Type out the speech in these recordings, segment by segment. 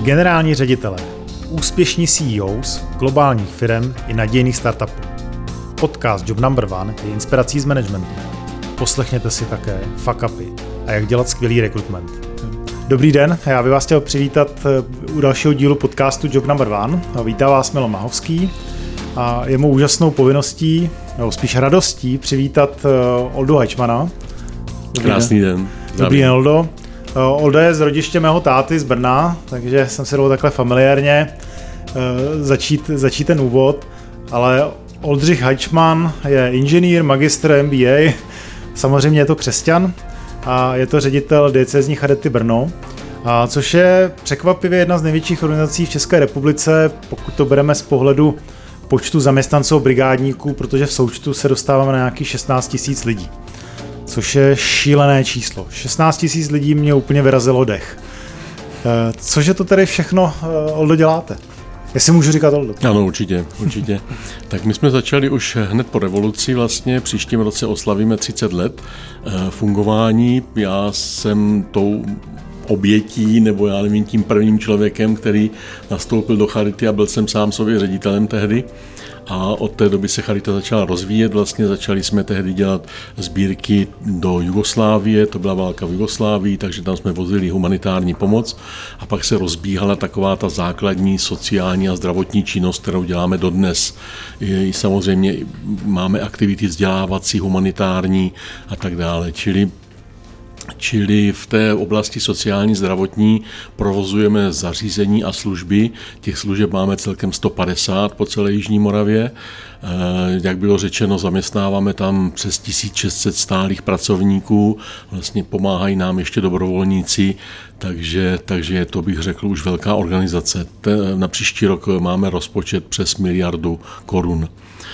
Generální ředitelé, úspěšní CEOs, globálních firem i nadějných startupů. Podcast Job Number One je inspirací z managementu. Poslechněte si také fuck upy a jak dělat skvělý rekrutment. Dobrý den, já bych vás chtěl přivítat u dalšího dílu podcastu Job Number One. Vítá vás Milan Mahovský a je mou úžasnou povinností, nebo spíš radostí, přivítat Oldu Hajčmana. Krásný den. Dobrý den, Oldo. Olda je z rodiště mého táty z Brna, takže jsem si dovolil takhle familiárně začít ten úvod, ale Oldřich Hajčman je inženýr, magistr MBA, samozřejmě je to křesťan a je to ředitel diecézní charity Brno, což je překvapivě jedna z největších organizací v České republice, pokud to bereme z pohledu počtu zaměstnanců a brigádníků, protože v součtu se dostáváme na nějakých 16 000 lidí. Což je šílené číslo. 16 000 lidí mě úplně vyrazilo dech. Cože to tedy všechno, Oldo, děláte? Jestli můžu říkat Oldo. Ano, určitě. Tak my jsme začali už hned po revoluci vlastně, příštím roce oslavíme 30 let fungování. Já jsem tou obětí, nebo já nevím, tím prvním člověkem, který nastoupil do charity a byl jsem sám sobě ředitelem tehdy. A od té doby se charita začala rozvíjet, vlastně začali jsme tehdy dělat sbírky do Jugoslávie, to byla válka v Jugoslávii, takže tam jsme vozili humanitární pomoc a pak se rozbíhala taková ta základní sociální a zdravotní činnost, kterou děláme dodnes. I samozřejmě máme aktivity vzdělávací, humanitární a tak dále, Čili v té oblasti sociální zdravotní provozujeme zařízení a služby. Těch služeb máme celkem 150 po celé Jižní Moravě. Jak bylo řečeno, zaměstnáváme tam přes 1600 stálých pracovníků. Vlastně pomáhají nám ještě dobrovolníci, takže to bych řekl už velká organizace. Na příští rok máme rozpočet přes 1 miliardu korun.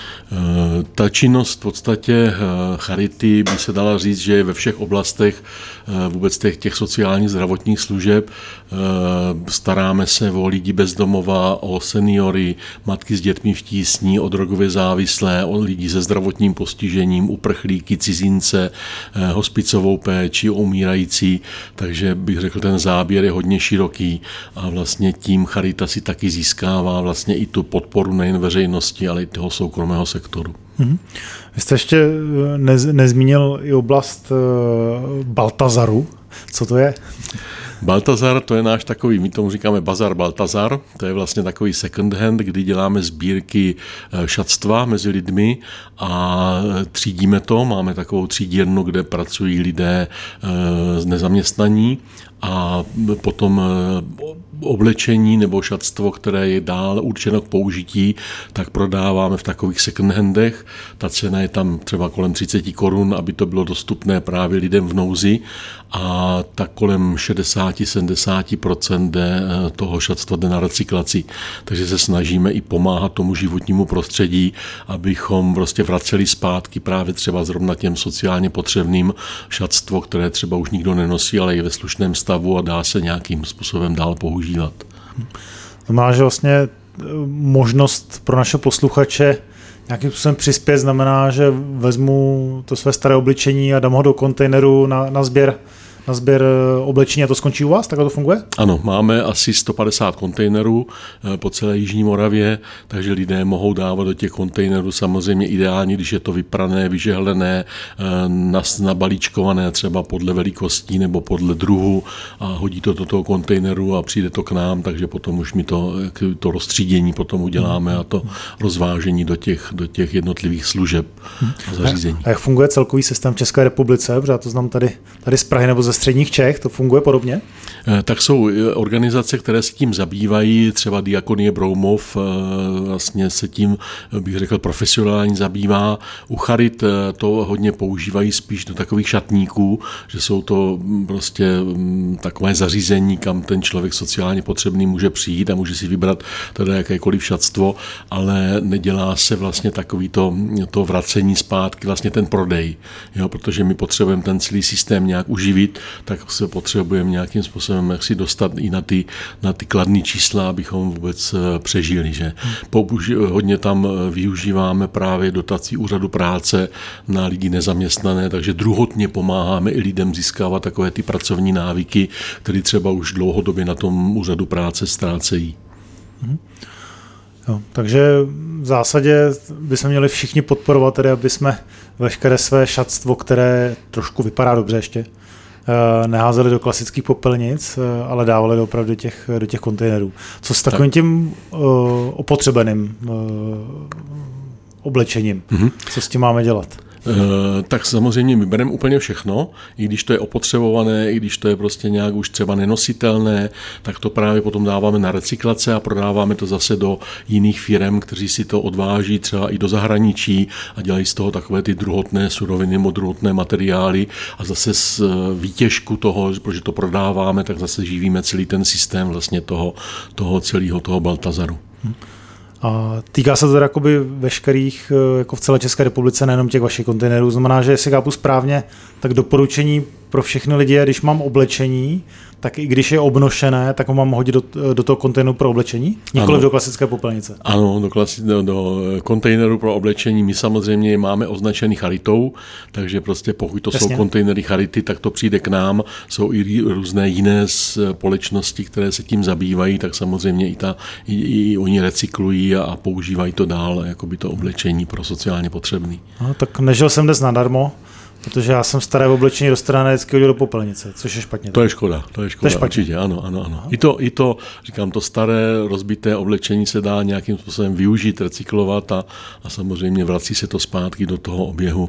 Ta činnost v podstatě charity by se dala říct, že je ve všech oblastech vůbec těch sociálních zdravotních služeb. Staráme se o lidi bezdomova, o seniory, matky s dětmi v tísni, o drogově závislé, o lidi se zdravotním postižením, uprchlíky, cizince, hospicovou péči, umírající. Takže bych řekl, ten záběr je hodně široký a vlastně tím charita si taky získává vlastně i tu podporu nejen veřejnosti, ale i toho soukromého sektoru. Vy jste ještě nezmínil i oblast Baltazaru. Co to je? Baltazar, to je náš takový, my tomu říkáme Bazar Baltazar, to je vlastně takový second hand, kdy děláme sbírky šatstva mezi lidmi a třídíme to, máme takovou třídírnu, kde pracují lidé nezaměstnaní a potom oblečení nebo šatstvo, které je dál určeno k použití, tak prodáváme v takových second handech. Ta cena je tam třeba kolem 30 korun, aby to bylo dostupné právě lidem v nouzi a tak kolem 60-70% toho šatstva jde na recyklaci. Takže se snažíme i pomáhat tomu životnímu prostředí, abychom prostě vraceli zpátky právě třeba zrovna těm sociálně potřebným šatstvo, které třeba už nikdo nenosí, ale je ve slušném stavu a dá se nějakým způsobem dál používat. To má, že vlastně možnost pro naše posluchače nějakým způsobem přispět znamená, že vezmu to své staré oblečení a dám ho do kontejneru na sběr oblečení a to skončí u vás? Takhle to funguje? Ano, máme asi 150 kontejnerů po celé Jižní Moravě, takže lidé mohou dávat do těch kontejnerů samozřejmě ideálně, když je to vyprané, vyžehlené, nabalíčkované třeba podle velikostí nebo podle druhu a hodí to do toho kontejneru a přijde to k nám, takže potom už my to rozstřídění potom uděláme a to rozvážení do těch jednotlivých služeb a zařízení. A jak funguje celkový systém v České republice? Protože já to znám tady z Prahy nebo ze středních Čech, to funguje podobně? Tak jsou organizace, které se tím zabývají, třeba Diakonie Broumov vlastně se tím, bych řekl, profesionálně zabývá. U charit to hodně používají spíš do takových šatníků, že jsou to prostě takové zařízení, kam ten člověk sociálně potřebný může přijít a může si vybrat teda jakékoliv šatstvo, ale nedělá se vlastně takový to vracení zpátky, vlastně ten prodej, jo, protože my potřebujeme ten celý systém nějak uživit tak se potřebujeme nějakým způsobem jak si dostat i na ty kladné čísla, abychom vůbec přežili. Že? Hodně tam využíváme právě dotací úřadu práce na lidi nezaměstnané, takže druhotně pomáháme i lidem získávat takové ty pracovní návyky, které třeba už dlouhodobě na tom úřadu práce ztrácejí. Jo, takže v zásadě bychom měli všichni podporovat, tedy aby jsme veškeré své šatstvo, které trošku vypadá dobře ještě, neházeli do klasických popelnic, ale dávali opravdu do těch kontejnerů. Co s takovým tím opotřebeným oblečením? Co s tím máme dělat? Tak samozřejmě my bereme úplně všechno, i když to je opotřebované, i když to je prostě nějak už třeba nenositelné, tak to právě potom dáváme na recyklace a prodáváme to zase do jiných firem, kteří si to odváží třeba i do zahraničí a dělají z toho takové ty druhotné suroviny, druhotné materiály a zase z výtěžku toho, protože to prodáváme, tak zase živíme celý ten systém vlastně toho celého Baltazaru. A týká se to teda jakoby veškerých, jako v celé České republice, nejenom těch vašich kontejnerů. Znamená, že jestli chápu správně, tak doporučení pro všechny lidi je, když mám oblečení, tak i když je obnošené, tak ho mám hodit do toho kontejneru pro oblečení? Nikoliv do klasické popelnice. Ano, do kontejneru pro oblečení. My samozřejmě máme označený charitou, takže prostě pokud to jsou kontejnery charity, tak to přijde k nám. Jsou i různé jiné společnosti, které se tím zabývají, tak samozřejmě i oni recyklují a používají to dál, jakoby to oblečení pro sociálně potřebný. No, tak nežil jsem dnes nadarmo. Protože já jsem staré oblečení dostrané vždycky hodil do popelnice, což je špatně. To je škoda, určitě, ano. I to, říkám, to staré rozbité oblečení se dá nějakým způsobem využít, recyklovat a samozřejmě vrací se to zpátky do toho oběhu.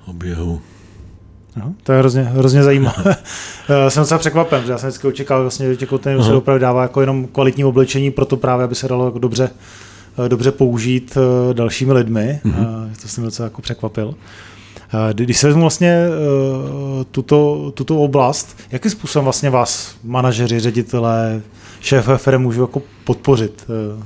No, to je hrozně zajímavé. Jsem docela překvapen, že já jsem vždycky očekával, vlastně do těch kontejnerů se opravdu dává jako jenom kvalitní oblečení, proto právě, aby se dalo jako dobře použít dalšími lidmi. To jsem docela jako překvapil. Když se vezmu vlastně tuto oblast, jakým způsobem vlastně vás manažeři, ředitelé, šéfové firem můžou jako podpořit?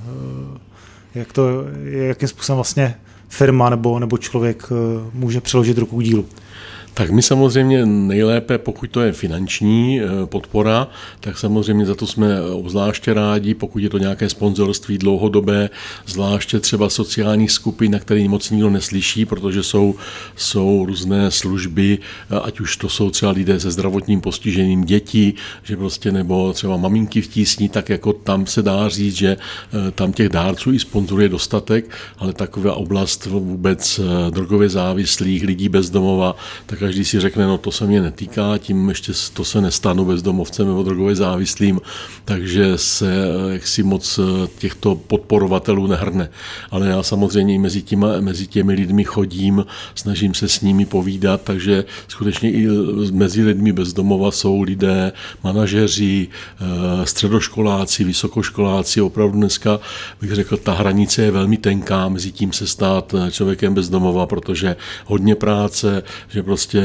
Jakým způsobem vlastně firma nebo člověk může přiložit ruku k dílu? Tak my samozřejmě nejlépe, pokud to je finanční podpora, tak samozřejmě za to jsme obzvláště rádi, pokud je to nějaké sponzorství dlouhodobé, zvláště třeba sociálních skupin, na které moc nikdo neslyší, protože jsou různé služby, ať už to jsou třeba lidé se zdravotním postižením, děti, že prostě nebo třeba maminky v tísni, tak jako tam se dá říct, že tam těch dárců i sponzoruje dostatek, ale taková oblast vůbec drogově závislých, lidí bez domova, tak každý si řekne, no to se mě netýká, tím ještě to se nestanu bezdomovcem nebo drogově závislým, takže se jaksi moc těchto podporovatelů nehrne. Ale já samozřejmě mezi těmi lidmi chodím, snažím se s nimi povídat, takže skutečně i mezi lidmi bezdomova jsou lidé, manažeři, středoškoláci, vysokoškoláci, opravdu dneska bych řekl, ta hranice je velmi tenká mezi tím se stát člověkem bezdomova, protože hodně práce, že prostě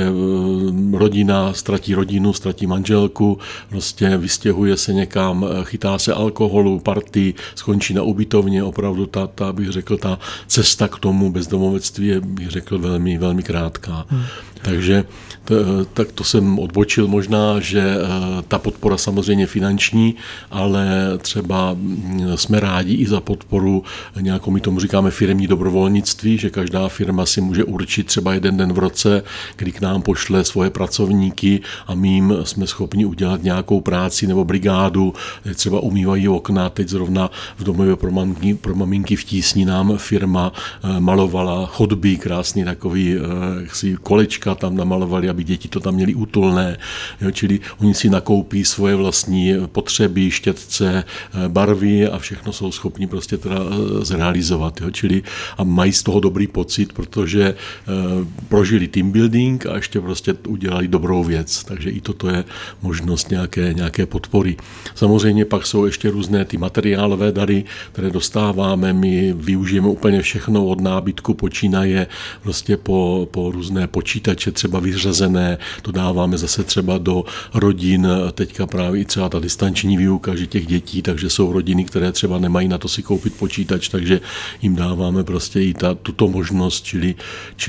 rodina ztratí rodinu, ztratí manželku, prostě vystěhuje se někam, chytá se alkoholu, party, skončí na ubytovně, opravdu ta bych řekl, ta cesta k tomu bezdomovectví je, bych řekl, velmi, velmi krátká. Takže tak to jsem odbočil možná, že ta podpora samozřejmě finanční, ale třeba jsme rádi i za podporu nějakou, my tomu říkáme firemní dobrovolnictví, že každá firma si může určit třeba jeden den v roce, kdy k nám pošle svoje pracovníky a my jim jsme schopni udělat nějakou práci nebo brigádu, třeba umývají okna, teď zrovna v domově pro maminky v tísni nám firma malovala chodby, krásný takový kolečka tam namalovali, aby děti to tam měly útulné, jo, čili oni si nakoupí svoje vlastní potřeby, štětce, barvy a všechno jsou schopni prostě teda zrealizovat, jo, čili a mají z toho dobrý pocit, protože prožili team building a ještě prostě udělali dobrou věc, takže i toto je možnost nějaké podpory. Samozřejmě pak jsou ještě různé ty materiálové dary, které dostáváme, my využijeme úplně všechno od nábytku, počínaje prostě po různé počítače třeba vyřazené, to dáváme zase třeba do rodin, teďka právě i třeba ta distanční výuka, že těch dětí, takže jsou rodiny, které třeba nemají na to si koupit počítač, takže jim dáváme prostě i tuto možnost, čili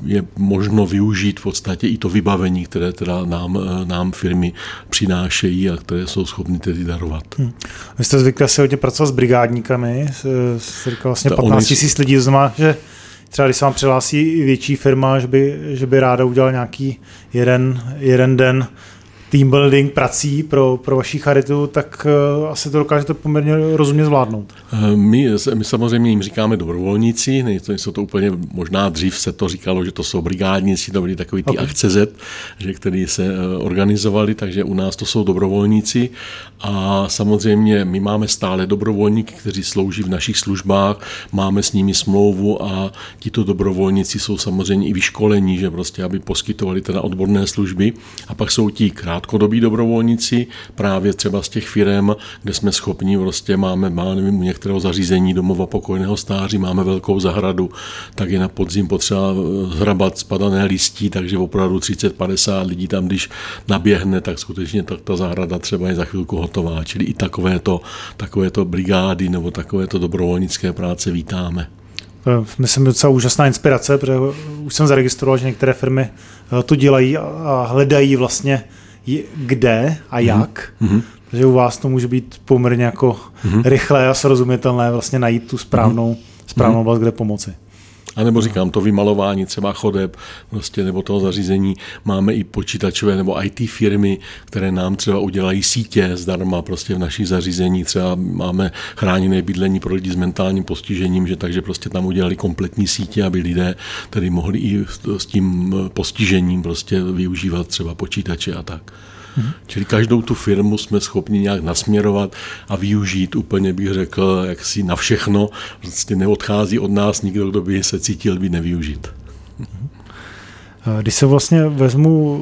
je možno využít v podstatě i to vybavení, které teda nám firmy přinášejí a které jsou schopny tedy darovat. Vy jste zvyklí asi hodně pracovat s brigádníkami, jste říkal vlastně 15 000 lidí, to znamená, že třeba když se vám přihlásí větší firma, že by ráda udělala nějaký jeden den team building prací pro vaši charitu, tak asi to dokážete poměrně rozumně zvládnout. My samozřejmě jim říkáme dobrovolníci, nejsou to úplně, možná dřív se to říkalo, že to jsou brigádníci, to byly takový ty akce Z, který se organizovali, takže u nás to jsou dobrovolníci a samozřejmě my máme stále dobrovolníky, kteří slouží v našich službách, máme s nimi smlouvu a tito dobrovolníci jsou samozřejmě i vyškolení, že prostě, aby poskytovali teda odborné služby a pak jsou ti krátkodobí dobrovolníci, právě třeba z těch firem, kde jsme schopni, prostě máme nevím, u některého zařízení domova pokojného stáří, máme velkou zahradu, tak je na podzim potřeba zhrabat spadané listí, takže opravdu 30-50 lidí tam, když naběhne, tak skutečně ta zahrada třeba je za chvilku hotová. Čili i takovéto brigády nebo takovéto dobrovolnické práce vítáme. Myslím, docela úžasná inspirace, protože už jsem zaregistroval, že některé firmy to dělají a hledají vlastně kde a jak. Takže u vás to může být poměrně jako rychlé a srozumitelné vlastně najít tu správnou oblast, kde pomoci. A nebo říkám, to vymalování třeba chodeb prostě, nebo toho zařízení. Máme i počítačové nebo IT firmy, které nám třeba udělají sítě zdarma prostě v našich zařízení. Třeba máme chráněné bydlení pro lidi s mentálním postižením, že takže prostě tam udělali kompletní sítě, aby lidé tedy mohli i s tím postižením prostě využívat třeba počítače a tak. Čili každou tu firmu jsme schopni nějak nasměrovat a využít úplně, bych řekl, jaksi na všechno. Vlastně neodchází od nás nikdo, kdo by se cítil být nevyužit. Když se vlastně vezmu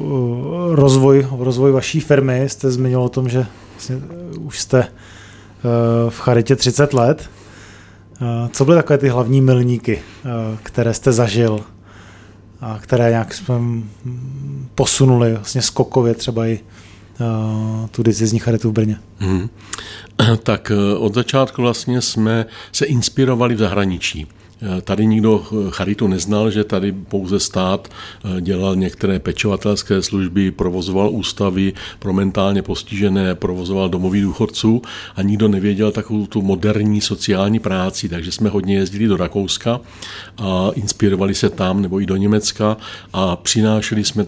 rozvoj vaší firmy, jste zmiňoval o tom, že vlastně už jste v charitě 30 let. Co byly takové ty hlavní milníky, které jste zažil a které nějak jsme posunuli vlastně skokově třeba i tu decizní charitu v Brně? Tak od začátku vlastně jsme se inspirovali v zahraničí. Tady nikdo charitu neznal, že tady pouze stát dělal některé pečovatelské služby, provozoval ústavy pro mentálně postižené, provozoval domovy důchodců a nikdo nevěděl takovou tu moderní sociální práci, takže jsme hodně jezdili do Rakouska a inspirovali se tam nebo i do Německa a přinášeli jsme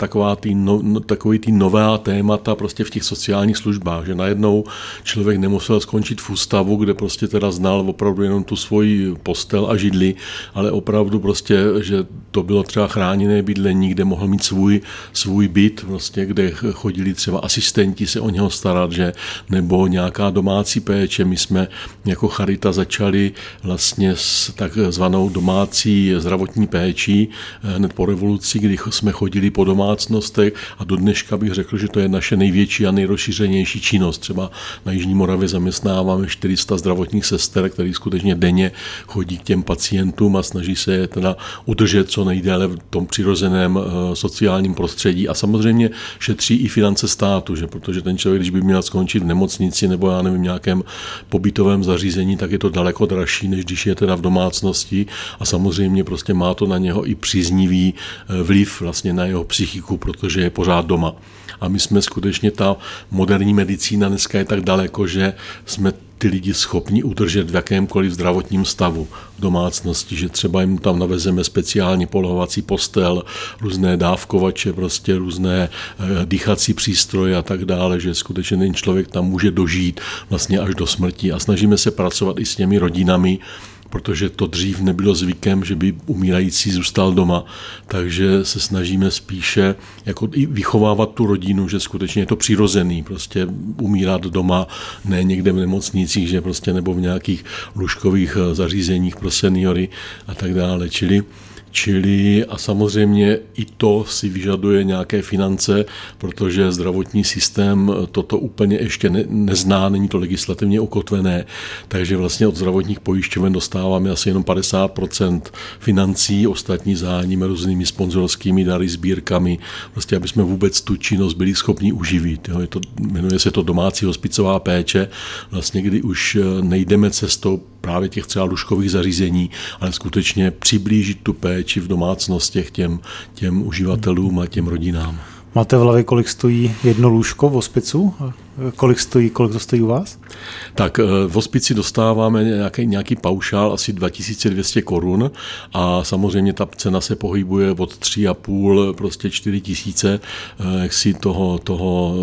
takový ty nová témata prostě v těch sociálních službách, že najednou člověk nemusel skončit v ústavu, kde prostě teda znal opravdu jenom tu svoji postel a židli, ale opravdu prostě, že to bylo třeba chráněné bydlení, kde mohl mít svůj byt, prostě, kde chodili třeba asistenti se o něho starat, že, nebo nějaká domácí péče. My jsme jako charita začali vlastně s takzvanou domácí zdravotní péčí hned po revoluci, kdy jsme chodili po domácnostech a do dneška bych řekl, že to je naše největší a nejrozšířenější činnost. Třeba na Jižní Moravě zaměstnáváme 400 zdravotních sester, který skutečně denně chodí k těm pacientům a snaží se je teda udržet co nejdéle v tom přirozeném sociálním prostředí a samozřejmě šetří i finance státu, že protože ten člověk, když by měl skončit v nemocnici nebo já nevím, nějakém pobytovém zařízení, tak je to daleko dražší, než když je teda v domácnosti a samozřejmě prostě má to na něho i příznivý vliv vlastně na jeho psychiku, protože je pořád doma. A my jsme skutečně, ta moderní medicína dneska je tak daleko, že jsme ty lidi schopni udržet v jakémkoliv zdravotním stavu v domácnosti, že třeba jim tam navezeme speciální polohovací postel, různé dávkovače, prostě různé dýchací přístroje a tak dále, že skutečně ten člověk tam může dožít vlastně až do smrti a snažíme se pracovat i s těmi rodinami, protože to dřív nebylo zvykem, že by umírající zůstal doma. Takže se snažíme spíše jako i vychovávat tu rodinu, že skutečně je to přirozený, prostě umírat doma, ne někde v nemocnicích, že prostě nebo v nějakých lůžkových zařízeních pro seniory a tak dále. Čili a samozřejmě i to si vyžaduje nějaké finance, protože zdravotní systém toto úplně ještě nezná, není to legislativně ukotvené, takže vlastně od zdravotních pojišťoven dostáváme asi jenom 50% financí, ostatní zaháníme různými sponzorskými dary, sbírkami, prostě aby jsme vůbec tu činnost byli schopni uživit. Jo. Jmenuje se to domácí hospicová péče, vlastně kdy už nejdeme cestou právě těch třeba lůžkových zařízení, ale skutečně přiblížit tu péči péči v domácnostech těm uživatelům a těm rodinám. Máte v hlavě, kolik stojí jedno lůžko v hospicu? Kolik to stojí u vás? Tak v hospici dostáváme nějaký paušál asi 2200 korun a samozřejmě ta cena se pohybuje od 3,5 prostě 4 000 jaksi toho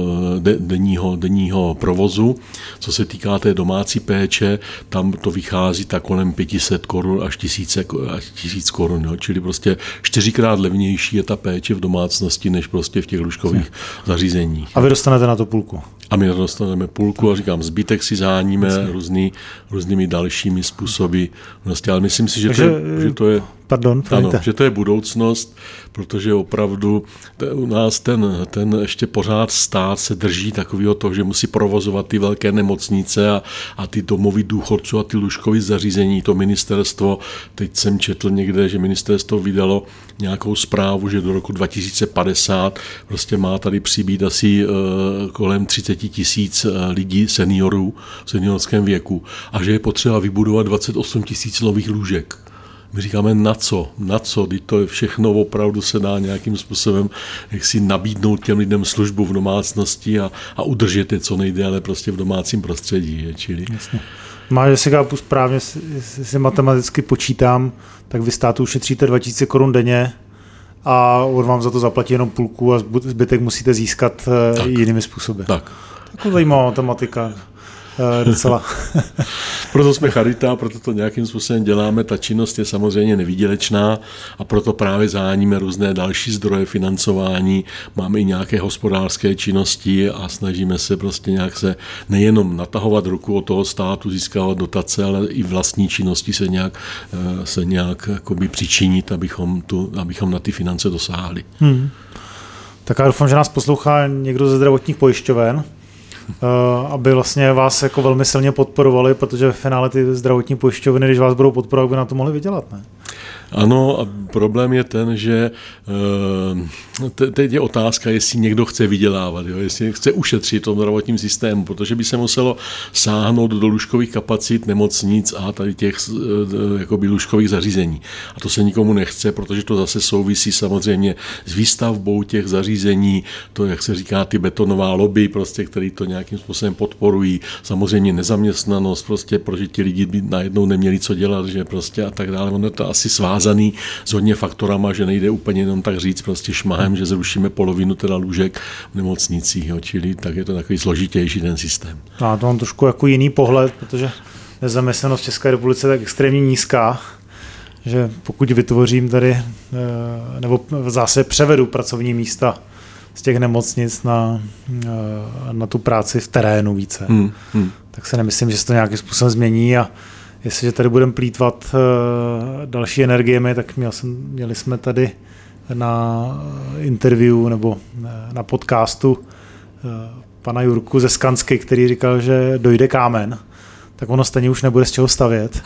denního provozu. Co se týká té domácí péče, tam to vychází tak kolem 500 korun až 1000 korun. Jo. Čili prostě 4krát levnější je ta péče v domácnosti, než prostě v těch lůžkových zařízeních. A vy dostanete na to půlku? A my dostaneme půlku a říkám, zbytek si záníme různými dalšími způsoby. Ale myslím si, že to je že to je budoucnost, protože opravdu u nás ten ještě pořád stát se drží takového toho, že musí provozovat ty velké nemocnice a ty domovy důchodců a ty lůžkové zařízení. To ministerstvo, teď jsem četl někde, že ministerstvo vydalo nějakou zprávu, že do roku 2050 prostě má tady přibýt asi kolem 30 000 lidí, seniorů v seniorském věku a že je potřeba vybudovat 28 000 nových lůžek. My říkáme na co, když to je všechno opravdu se dá nějakým způsobem jak si nabídnout těm lidem službu v domácnosti a udržet je co nejdéle prostě v domácím prostředí. Čili... Jasně. Máš, jestli chápu správně, si matematicky počítám, tak vy státu ušetříte 2000 korun denně a on vám za to zaplatí jenom půlku a zbytek musíte získat jinými způsoby. Tak. Taková zajímavá matematika. Docela. Proto jsme charita, proto to nějakým způsobem děláme. Ta činnost je samozřejmě nevýdělečná a proto právě zaháníme různé další zdroje financování. Máme i nějaké hospodářské činnosti a snažíme se prostě nějak se nejenom natahovat ruku od toho státu, získávat dotace, ale i vlastní činnosti se nějak jakoby přičinit, abychom na ty finance dosáhli. Tak já doufám, že nás poslouchá někdo ze zdravotních pojišťoven, aby vlastně vás jako velmi silně podporovali, protože ve finále ty zdravotní pojišťovny, když vás budou podporovat, by na to mohli vydělat, ne? Ano, a problém je ten, že teď je otázka, jestli někdo chce vydělávat, jo? Jestli chce ušetřit v tom zdravotním systému, protože by se muselo sáhnout do lůžkových kapacit nemocnic a tady těch jakoby lůžkových zařízení. A to se nikomu nechce, protože to zase souvisí samozřejmě s výstavbou těch zařízení, to, jak se říká, ty betonová lobby, prostě, který to nějakým způsobem podporují. Samozřejmě nezaměstnanost, prostě, protože ti lidi by najednou neměli co dělat, že prostě a tak dále. Ono je to asi svázaný s hodně faktorama, že nejde úplně jenom tak říct prostě šmahem, že zrušíme polovinu teda lůžek v nemocnicích, jo, čili tak je to takový složitější ten systém. No, to mám trošku jako jiný pohled, protože nezaměstnanost v České republice je tak extrémně nízká, že pokud vytvořím tady, nebo zase převedu pracovní místa z těch nemocnic na tu práci v terénu více, tak se nemyslím, že se to nějakým způsobem změní a jestliže tady budeme plýtvat další energiemi, tak měli jsme tady na interview nebo na podcastu pana Jurku ze Skansky, který říkal, že dojde kámen, tak ono stejně už nebude z čeho stavět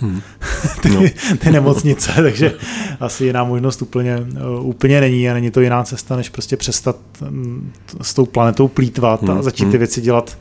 ty nemocnice, takže asi jiná možnost úplně není a není to jiná cesta, než prostě přestat s tou planetou plýtvat a začít ty věci dělat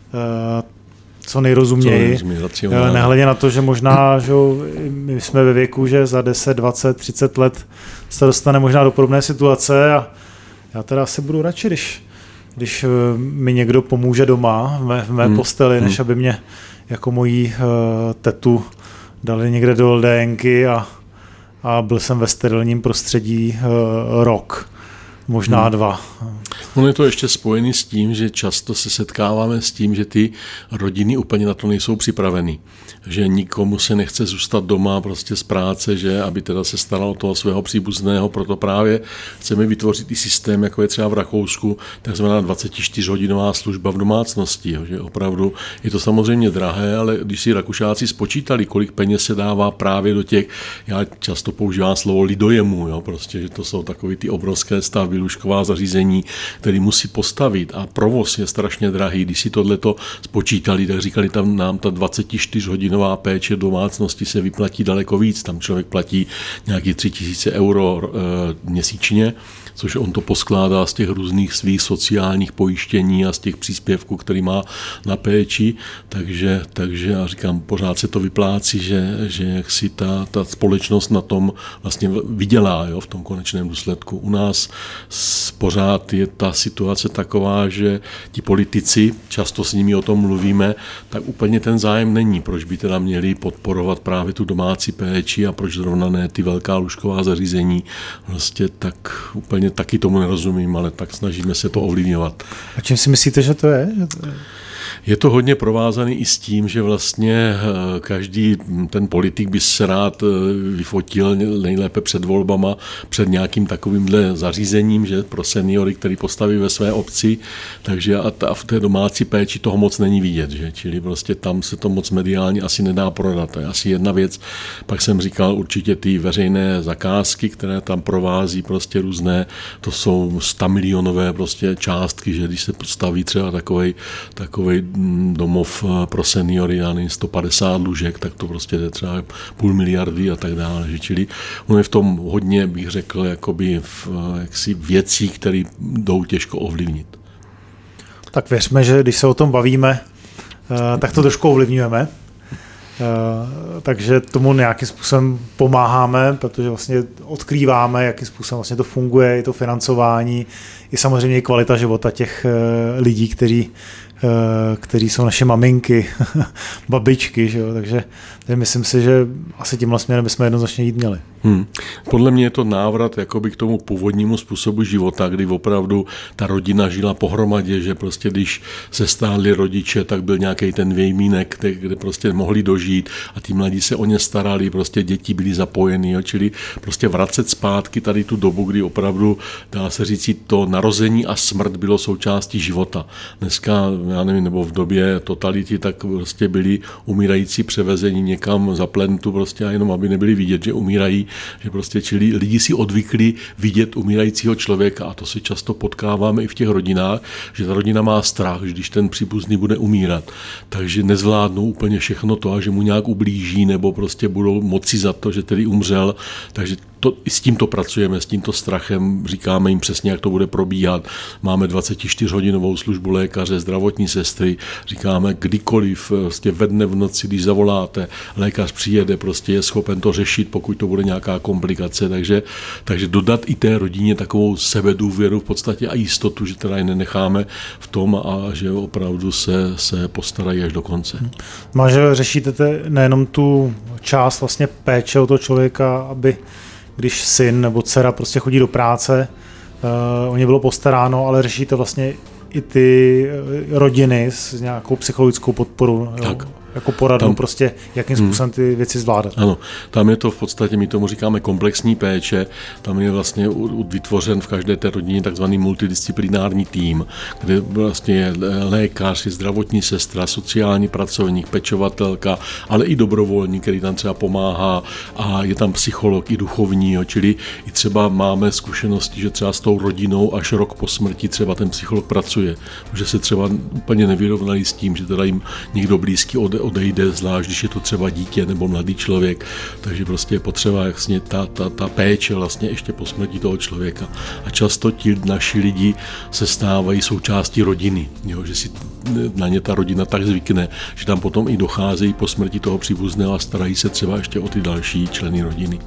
co nejrozuměji, nehledě na to, že možná, že my jsme ve věku, že za 10, 20, 30 let se dostane možná do podobné situace a já teda asi budu radši, když mi někdo pomůže doma v mé posteli, než aby mě jako mojí tetu dali někde do LDNky a byl jsem ve sterilním prostředí rok, možná 2. Ono je to ještě spojený s tím, že často se setkáváme s tím, že ty rodiny úplně na to nejsou připraveny. Že nikomu se nechce zůstat doma prostě z práce, že aby teda se staral o toho svého příbuzného, proto právě chceme vytvořit i systém, jako je třeba v Rakousku, takzvaná 24hodinová služba v domácnosti. Jo, že opravdu je to samozřejmě drahé, ale když si Rakušáci spočítali, kolik peněz se dává právě do těch, já často používám slovo lidojemů, jo, prostě, že to jsou takové ty obrovské stavby, lůžková zařízení, který musí postavit a provoz je strašně drahý. Když si tohleto spočítali, tak říkali, tam nám ta 24hodinová péče domácnosti se vyplatí daleko víc. Tam člověk platí nějaký 3000 euro měsíčně, což on to poskládá z těch různých svých sociálních pojištění a z těch příspěvků, který má na péči, takže já říkám, pořád se to vyplácí, že jak si ta společnost na tom vlastně vydělá, jo, v tom konečném důsledku. U nás pořád je ta situace taková, že ti politici, často s nimi o tom mluvíme, tak úplně ten zájem není, proč by teda měli podporovat právě tu domácí péči a proč zrovna ne ty velká lůžková zařízení. Vlastně tak úplně taky tomu nerozumím, ale tak snažíme se to ovlivňovat. A čím si myslíte, že to je? Je to hodně provázaný i s tím, že vlastně každý ten politik by se rád vyfotil nejlépe před volbama, před nějakým takovýmhle zařízením, že pro seniory, který postaví ve své obci, takže a v té domácí péči toho moc není vidět, že? Čili prostě tam se to moc mediálně asi nedá prodat. To je asi jedna věc. Pak jsem říkal určitě ty veřejné zakázky, které tam provází prostě různé, to jsou 100 milionové prostě částky, že když se postaví třeba takovej domov pro seniory, já nevím, 150 lůžek, tak to prostě je třeba 500 miliardy a tak dále. Čili on je v tom hodně, bych řekl, jakoby jaksi věcí, které jdou těžko ovlivnit. Tak věřme, že když se o tom bavíme, tak to trošku ovlivňujeme. Takže tomu nějakým způsobem pomáháme, protože vlastně odkrýváme, jakým způsobem vlastně to funguje, i to financování, i samozřejmě kvalita života těch lidí, kteří jsou naše maminky, babičky, že jo? Takže myslím si, že asi tímhle směrem bychom jednoznačně jít měli. Podle mě je to návrat jakoby k tomu původnímu způsobu života, kdy opravdu ta rodina žila pohromadě, že prostě když se stáli rodiče, tak byl nějaký ten vějmínek, kde prostě mohli dožít a ti mladí se o ně starali, prostě děti byly zapojeny, jo? Čili prostě vracet zpátky tady tu dobu, kdy opravdu, dá se říct, to narození a smrt bylo součástí života. Dneska, já nevím, nebo v době totality, tak prostě byli umírající převezení někam za plentu prostě a jenom aby nebyli vidět, že umírají, že prostě čili lidi si odvykli vidět umírajícího člověka a to si často potkáváme i v těch rodinách, že ta rodina má strach, že když ten příbuzný bude umírat, takže nezvládnou úplně všechno to a že mu nějak ublíží nebo prostě budou moci za to, že tedy umřel, takže s tímto pracujeme, s tímto strachem, říkáme jim přesně, jak to bude probíhat. Máme 24hodinovou službu lékaře, zdravotní sestry, říkáme kdykoliv, prostě ve dne v noci, když zavoláte, lékař přijede, prostě je schopen to řešit, pokud to bude nějaká komplikace, takže dodat i té rodině takovou sebedůvěru v podstatě a jistotu, že teda je nenecháme v tom a že opravdu se postarají až do konce. Že řešíte nejenom tu část vlastně péče o toho člověka, aby když syn nebo dcera prostě chodí do práce, o ně bylo postaráno, ale řešíte vlastně i ty rodiny s nějakou psychologickou podporou. Jako poradnou prostě, jakým způsobem ty věci zvládat. Ano, tam je to v podstatě, my tomu říkáme komplexní péče, tam je vlastně vytvořen v každé té rodině takzvaný multidisciplinární tým, kde vlastně je lékař, je zdravotní sestra, sociální pracovník, pečovatelka, ale i dobrovolník, který tam třeba pomáhá a je tam psycholog i duchovní, jo, čili i třeba máme zkušenosti, že třeba s tou rodinou až rok po smrti třeba ten psycholog pracuje, že se třeba úplně nevyrovnali s tím, že teda jim někdo blízký odejde, zvlášť když je to třeba dítě nebo mladý člověk, takže prostě je potřeba jasně ta péče vlastně ještě po smrti toho člověka. A často ti naši lidi se stávají součástí rodiny, jo, že si na ně ta rodina tak zvykne, že tam potom i docházejí po smrti toho příbuzného a starají se třeba ještě o ty další členy rodiny.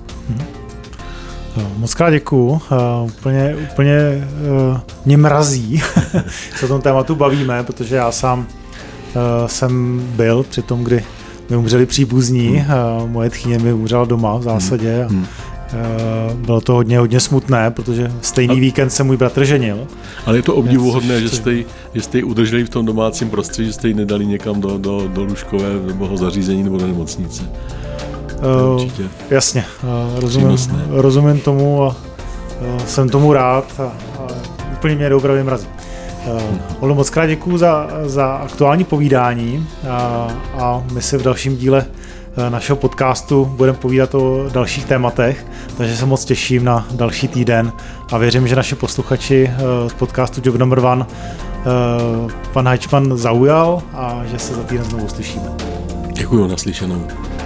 Moc krát děkuju. Úplně mě mrazí, se o tom tématu bavíme, protože já sám jsem byl při tom, kdy mi umřeli příbuzní. Moje tchýně mi umřela doma v zásadě. Bylo to hodně smutné, protože stejný víkend se můj bratr ženil. Ale je to obdivuhodné, že jste ji udrželi v tom domácím prostředí, že jste ji nedali někam do lůžkové nebo zařízení nebo do nemocnice. Určitě. Jasně, rozumím tomu a jsem tomu rád a úplně mě opravdu mrazí. Oldo, moc krát děkuju za aktuální povídání a my si v dalším díle našeho podcastu budeme povídat o dalších tématech, takže se moc těším na další týden a věřím, že naši posluchači z podcastu Job No. 1 pan Heichmann zaujal a že se za týden znovu uslyšíme. Děkuju, naslyšenou.